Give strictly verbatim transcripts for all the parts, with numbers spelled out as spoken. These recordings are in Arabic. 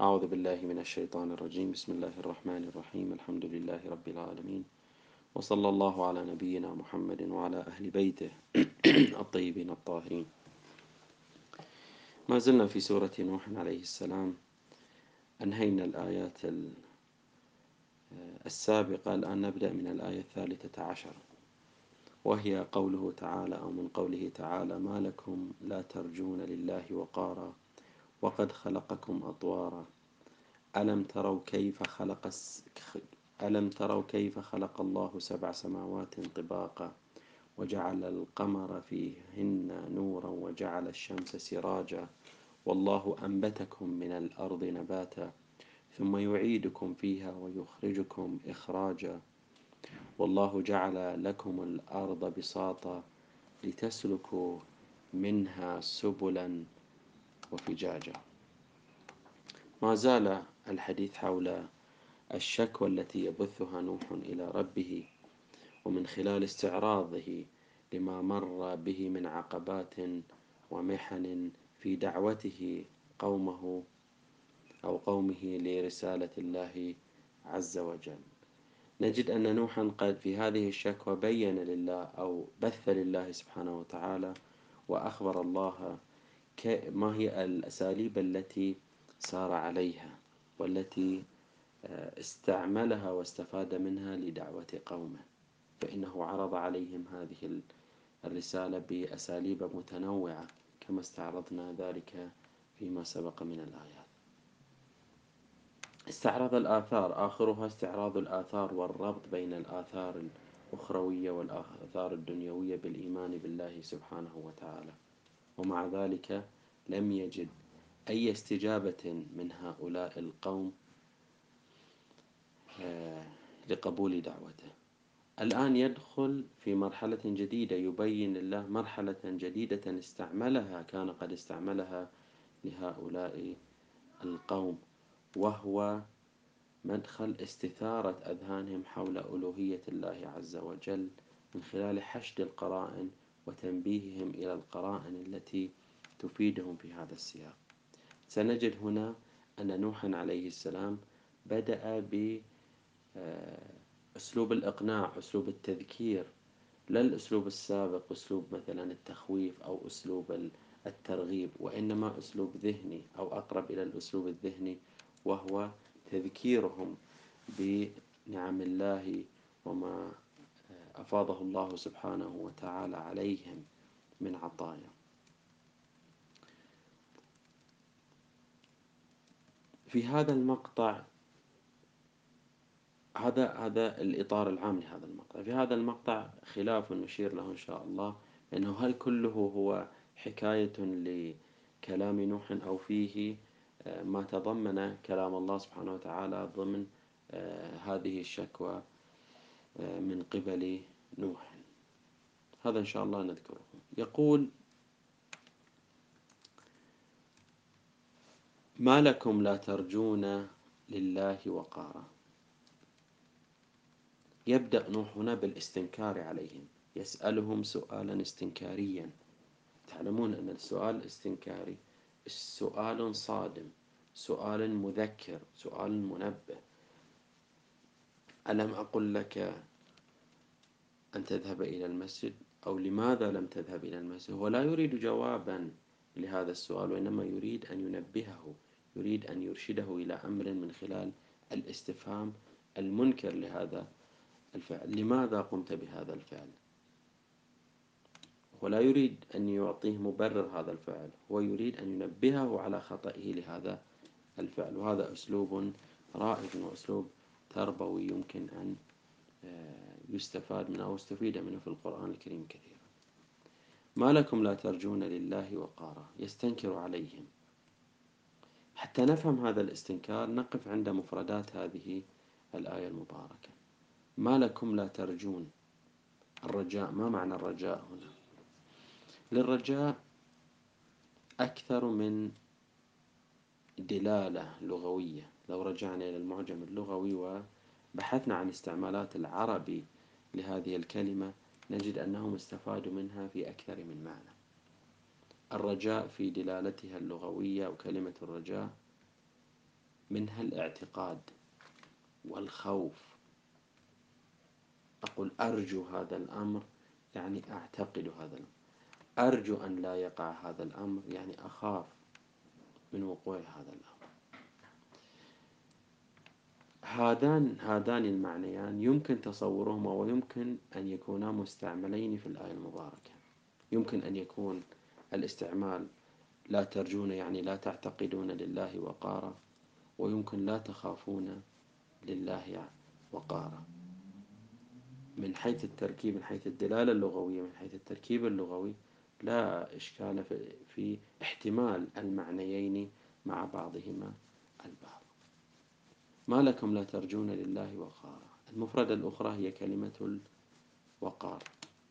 أعوذ بالله من الشيطان الرجيم. بسم الله الرحمن الرحيم. الحمد لله رب العالمين، وصلى الله على نبينا محمد وعلى أهل بيته الطيبين الطاهرين. ما زلنا في سورة نوح عليه السلام، أنهينا الآيات السابقة. الآن نبدأ من الآية الثالثة عشر، وهي قوله تعالى أو من قوله تعالى: ما لكم لا ترجون لله وقارا وقد خلقكم أطوارا ألم تروا كيف خلق الس... ألم تروا كيف خلق الله سبع سماوات طباقا وجعل القمر فيهن نورا وجعل الشمس سراجا والله أنبتكم من الأرض نباتا ثم يعيدكم فيها ويخرجكم إخراجا والله جعل لكم الأرض بساطا لتسلكوا منها سبلا وفجاجا. ما زال الحديث حول الشكوى التي يبثها نوح إلى ربه، ومن خلال استعراضه لما مر به من عقبات ومحن في دعوته قومه أو قومه لرسالة الله عز وجل، نجد أن نوحا قد في هذه الشكوى بين لله أو بث لله سبحانه وتعالى وأخبر الله ما هي الأساليب التي سار عليها والتي استعملها واستفاد منها لدعوة قومه، فإنه عرض عليهم هذه الرسالة بأساليب متنوعة كما استعرضنا ذلك فيما سبق من الآيات. استعرض الآثار، آخرها استعراض الآثار والربط بين الآثار الأخروية والآثار الدنيوية بالإيمان بالله سبحانه وتعالى، ومع ذلك لم يجد أي استجابة من هؤلاء القوم لقبول دعوته. الآن يدخل في مرحلة جديدة، يبين الله مرحلة جديدة استعملها كان قد استعملها لهؤلاء القوم، وهو مدخل استثارة أذهانهم حول ألوهية الله عز وجل من خلال حشد القرائن وتنبيههم إلى القرائن التي تفيدهم في هذا السياق. سنجد هنا أن نوحا عليه السلام بدأ ب أسلوب الإقناع، أسلوب التذكير، لا الأسلوب السابق أسلوب مثلا التخويف أو أسلوب الترغيب، وإنما أسلوب ذهني أو أقرب إلى الأسلوب الذهني، وهو تذكيرهم بنعم الله وما أفاضه الله سبحانه وتعالى عليهم من عطايا. في هذا المقطع، هذا هذا الإطار العام لهذا المقطع. في هذا المقطع خلاف نشير له إن شاء الله، أنه هل كله هو حكاية لكلام نوح أو فيه ما تضمن كلام الله سبحانه وتعالى ضمن هذه الشكوى من قبل نوح. هذا إن شاء الله نذكره. يقول: ما لكم لا ترجون لله وقارا. يبدأ نوح هنا بالاستنكار عليهم، يسألهم سؤالا استنكاريا. تعلمون أن السؤال استنكاري، سؤال صادم، سؤال مذكر، سؤال منبه. ألم أقل لك أن تذهب إلى المسجد؟ أو لماذا لم تذهب إلى المسجد؟ هو لا يريد جوابا لهذا السؤال، وإنما يريد أن ينبهه، يريد أن يرشده إلى أمر من خلال الاستفهام المنكر لهذا الفعل. لماذا قمت بهذا الفعل؟ ولا يريد أن يعطيه مبرر هذا الفعل، هو يريد أن ينبهه على خطئه لهذا الفعل. وهذا أسلوب رائع وأسلوب تربوي يمكن أن يستفاد منه أو يستفيد منه في القرآن الكريم كثيرا. ما لكم لا ترجون لله وقارا، يستنكر عليهم. حتى نفهم هذا الاستنكار نقف عند مفردات هذه الآية المباركة. ما لكم لا ترجون. الرجاء، ما معنى الرجاء هنا؟ للرجاء أكثر من دلالة لغوية. لو رجعنا إلى المعجم اللغوي وبحثنا عن استعمالات العربي لهذه الكلمة نجد أنهم استفادوا منها في أكثر من معنى. الرجاء في دلالتها اللغوية أو كلمة الرجاء منها الاعتقاد والخوف. أقول أرجو هذا الأمر يعني أعتقد هذا الأمر، أرجو أن لا يقع هذا الأمر يعني أخاف من وقوع هذا الأمر. هذان هذان المعنيان يمكن تصورهما ويمكن أن يكونا مستعملين في الآية المباركة. يمكن أن يكون الاستعمال لا ترجون يعني لا تعتقدون لله وقارا، ويمكن لا تخافون لله وقارا. من حيث التركيب، من حيث الدلالة اللغوية، من حيث التركيب اللغوي لا إشكال في احتمال المعنيين مع بعضهما البعض. ما لكم لا ترجون لله وقارا. المفردة الأخرى هي كلمة الوقار،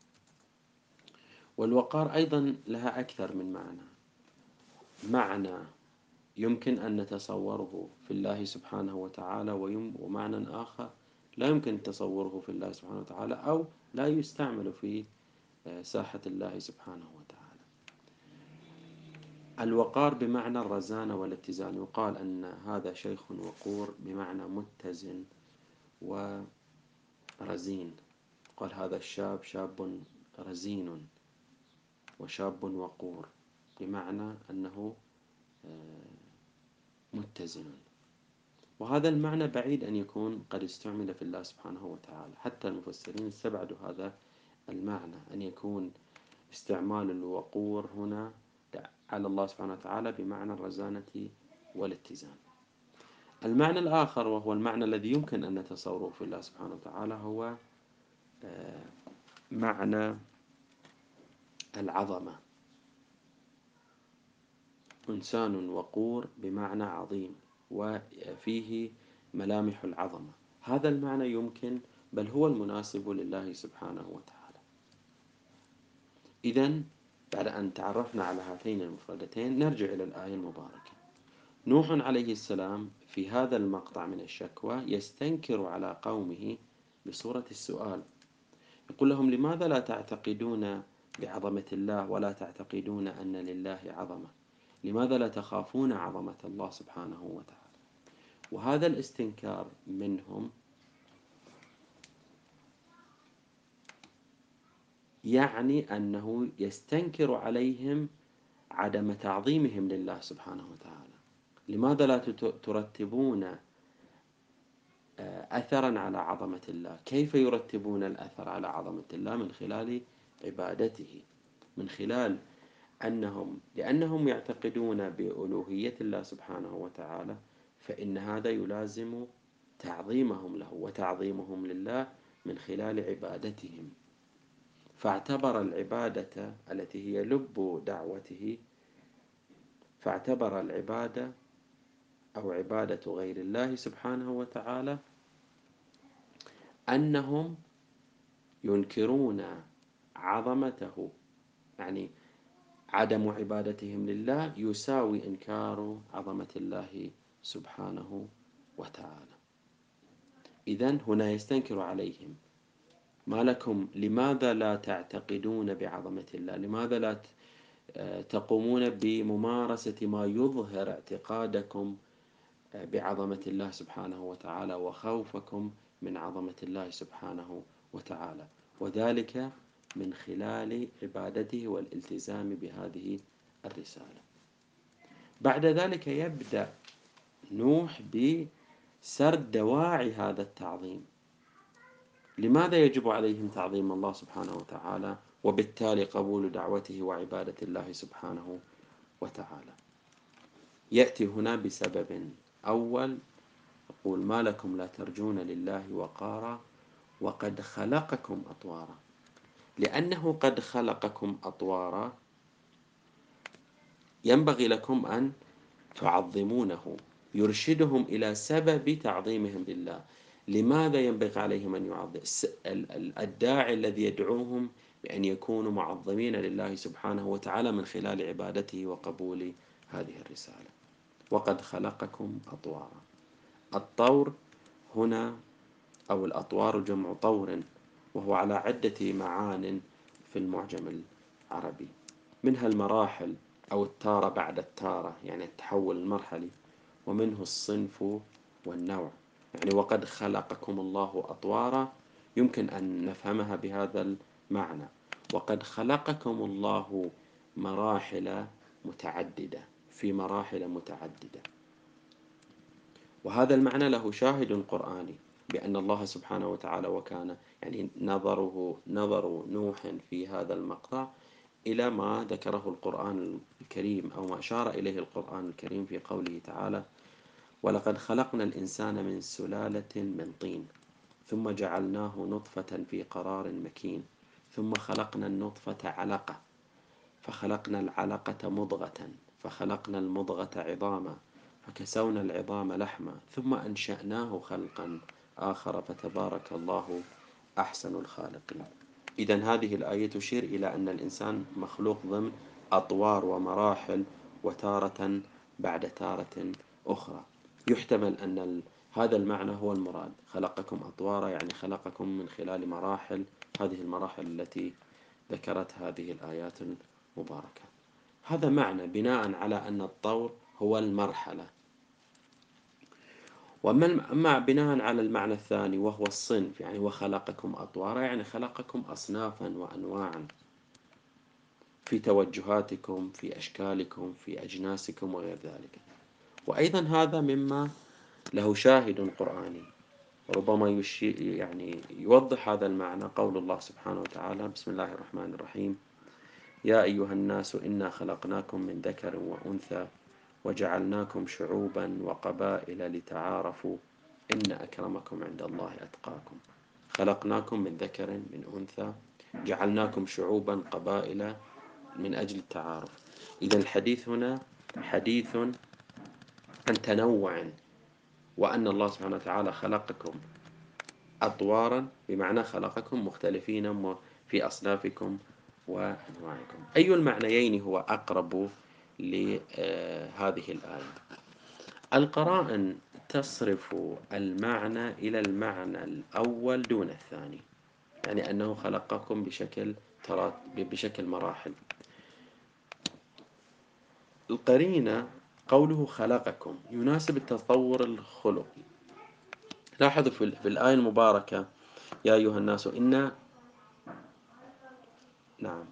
والوقار أيضا لها أكثر من معنى. معنى يمكن أن نتصوره في الله سبحانه وتعالى، ومعنى آخر لا يمكن تصوره في الله سبحانه وتعالى أو لا يستعمل في ساحة الله سبحانه وتعالى. الوقار بمعنى الرزانة والاتزان. يقال أن هذا شيخ وقور بمعنى متزن ورزين. قال هذا الشاب شاب رزين وشاب وقور، بمعنى أنه متزن. وهذا المعنى بعيد أن يكون قد استعمل في الله سبحانه وتعالى. حتى المفسرين استبعدوا هذا المعنى، أن يكون استعمال الوقور هنا على الله سبحانه وتعالى بمعنى الرزانة والاتزان. المعنى الآخر وهو المعنى الذي يمكن أن نتصوره في الله سبحانه وتعالى هو معنى العظمة. إنسان وقور بمعنى عظيم وفيه ملامح العظمة. هذا المعنى يمكن بل هو المناسب لله سبحانه وتعالى. إذن بعد أن تعرفنا على هاتين المفردتين نرجع إلى الآية المباركة. نوح عليه السلام في هذا المقطع من الشكوى يستنكر على قومه بصورة السؤال، يقول لهم لماذا لا تعتقدون بعظمة الله ولا تعتقدون أن لله عظمة؟ لماذا لا تخافون عظمة الله سبحانه وتعالى؟ وهذا الاستنكار منهم يعني أنه يستنكر عليهم عدم تعظيمهم لله سبحانه وتعالى. لماذا لا ترتبون أثرا على عظمة الله؟ كيف يرتبون الأثر على عظمة الله؟ من خلال عبادته، من خلال أنهم لأنهم يعتقدون بألوهية الله سبحانه وتعالى، فإن هذا يلازم تعظيمهم له وتعظيمهم لله من خلال عبادتهم. فاعتبر العبادة التي هي لب دعوته، فاعتبر العبادة أو عبادة غير الله سبحانه وتعالى أنهم ينكرون عظمته، يعني عدم عبادتهم لله يساوي إنكار عظمة الله سبحانه وتعالى. إذن هنا يستنكر عليهم، ما لكم لماذا لا تعتقدون بعظمة الله؟ لماذا لا تقومون بممارسة ما يظهر اعتقادكم بعظمة الله سبحانه وتعالى وخوفكم من عظمة الله سبحانه وتعالى، وذلك من خلال عبادته والالتزام بهذه الرسالة. بعد ذلك يبدأ نوح بسرد دواعي هذا التعظيم. لماذا يجب عليهم تعظيم الله سبحانه وتعالى وبالتالي قبول دعوته وعبادة الله سبحانه وتعالى؟ يأتي هنا بسبب أول، يقول ما لكم لا ترجون لله وقارا وقد خلقكم أطوارا. لأنه قد خلقكم أطوارا ينبغي لكم أن تعظمونه. يرشدهم إلى سبب تعظيمهم لله. لماذا ينبغي عليهم أن يعظم؟ الداعي الذي يدعوهم بأن يكونوا معظمين لله سبحانه وتعالى من خلال عبادته وقبول هذه الرسالة. وقد خلقكم أطوارا. الطور هنا أو الأطوار جمع طور، وهو على عدة معان في المعجم العربي، منها المراحل أو التارة بعد التارة، يعني التحول المرحلي، ومنه الصنف والنوع. يعني وقد خلقكم الله أطوارا يمكن أن نفهمها بهذا المعنى، وقد خلقكم الله مراحل متعددة، في مراحل متعددة. وهذا المعنى له شاهد قرآني بأن الله سبحانه وتعالى وكان يعني نظره نظر نوح في هذا المقطع إلى ما ذكره القرآن الكريم أو ما أشار إليه القرآن الكريم في قوله تعالى: ولقد خلقنا الإنسان من سلالة من طين ثم جعلناه نطفة في قرار مكين ثم خلقنا النطفة علقة فخلقنا العلقة مضغة فخلقنا المضغة عظاما فكسونا العظام لحما ثم أنشأناه خلقا آخر فتبارك الله أحسن الخالقين. إذن هذه الآية تشير إلى أن الإنسان مخلوق ضمن أطوار ومراحل، وتارة بعد تارة أخرى. يحتمل أن هذا المعنى هو المراد، خلقكم أطوارا يعني خلقكم من خلال مراحل، هذه المراحل التي ذكرت هذه الآيات المباركة. هذا معنى بناء على أن الطور هو المرحلة. وأما بناء على المعنى الثاني وهو الصنف، يعني وخلقكم أطوارا يعني خلقكم أصنافا وأنواعا في توجهاتكم، في أشكالكم، في أجناسكم وغير ذلك. وأيضا هذا مما له شاهد قرآني ربما يشير يعني يوضح هذا المعنى قول الله سبحانه وتعالى: بسم الله الرحمن الرحيم: يا أيها الناس إنا خلقناكم من ذكر وأنثى وجعلناكم شعوبا وقبائل لتعارفوا إن أكرمكم عند الله أتقاكم. خلقناكم من ذكر من أنثى، جعلناكم شعوبا قبائل من أجل التعارف. إذا الحديث هنا حديث عن تنوع، وأن الله سبحانه وتعالى خلقكم أطوارا بمعنى خلقكم مختلفين في أصنافكم وأنواعكم. أي المعنيين هو أقرب لهذه الآية؟ القرائن تصرف المعنى إلى المعنى الأول دون الثاني، يعني أنه خلقكم بشكل بشكل مراحل. القرينة قوله خلقكم يناسب التطور الخلقي. لاحظوا في الآية المباركة: يا أيها الناس إنا نعم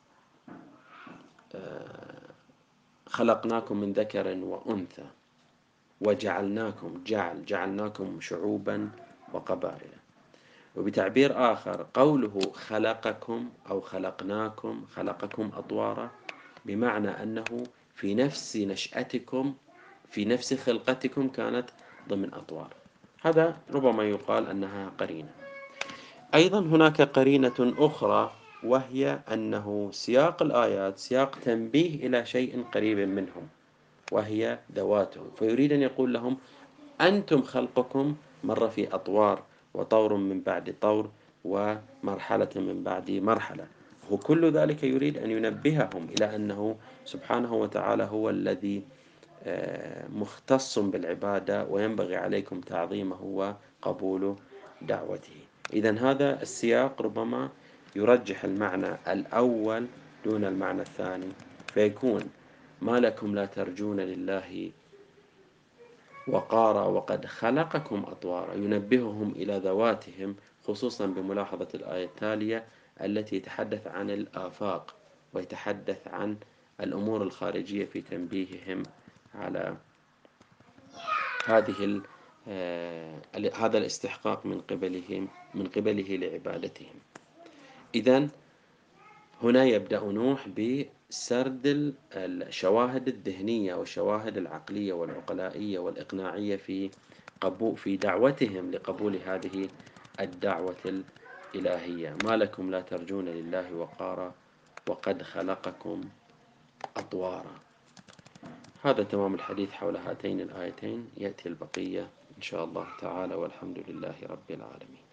خلقناكم من ذكر وأنثى وجعلناكم جعل جعلناكم شعوبا وقبائل. وبتعبير آخر قوله خلقكم أو خلقناكم خلقكم أطوارا بمعنى أنه في نفس نشأتكم في نفس خلقتكم كانت ضمن أطوار. هذا ربما يقال أنها قرينة. أيضا هناك قرينة أخرى، وهي أنه سياق الآيات سياق تنبيه إلى شيء قريب منهم وهي ذواتهم، فيريد أن يقول لهم: أنتم خلقكم مر في أطوار، وطور من بعد طور، ومرحلة من بعد مرحلة. وكل ذلك يريد أن ينبههم إلى أنه سبحانه وتعالى هو الذي مختص بالعبادة، وينبغي عليكم تعظيمه وقبول دعوته. إذن هذا السياق ربما يرجح المعنى الأول دون المعنى الثاني، فيكون: ما لكم لا ترجون لله وقارا وقد خلقكم أطوارا، ينبههم إلى ذواتهم، خصوصا بملاحظة الآية التالية التي يتحدث عن الآفاق ويتحدث عن الأمور الخارجية في تنبيههم على هذه هذا الاستحقاق من قبلهم من قبله لعبادتهم. إذن هنا يبدأ نوح بسرد الشواهد الذهنية والشواهد العقلية والعقلائية والإقناعية في قبول في دعوتهم لقبول هذه الدعوة الإلهية: ما لكم لا ترجون لله وقارا وقد خلقكم أطوارا. هذا تمام الحديث حول هاتين الآيتين، يأتي البقية إن شاء الله تعالى، والحمد لله رب العالمين.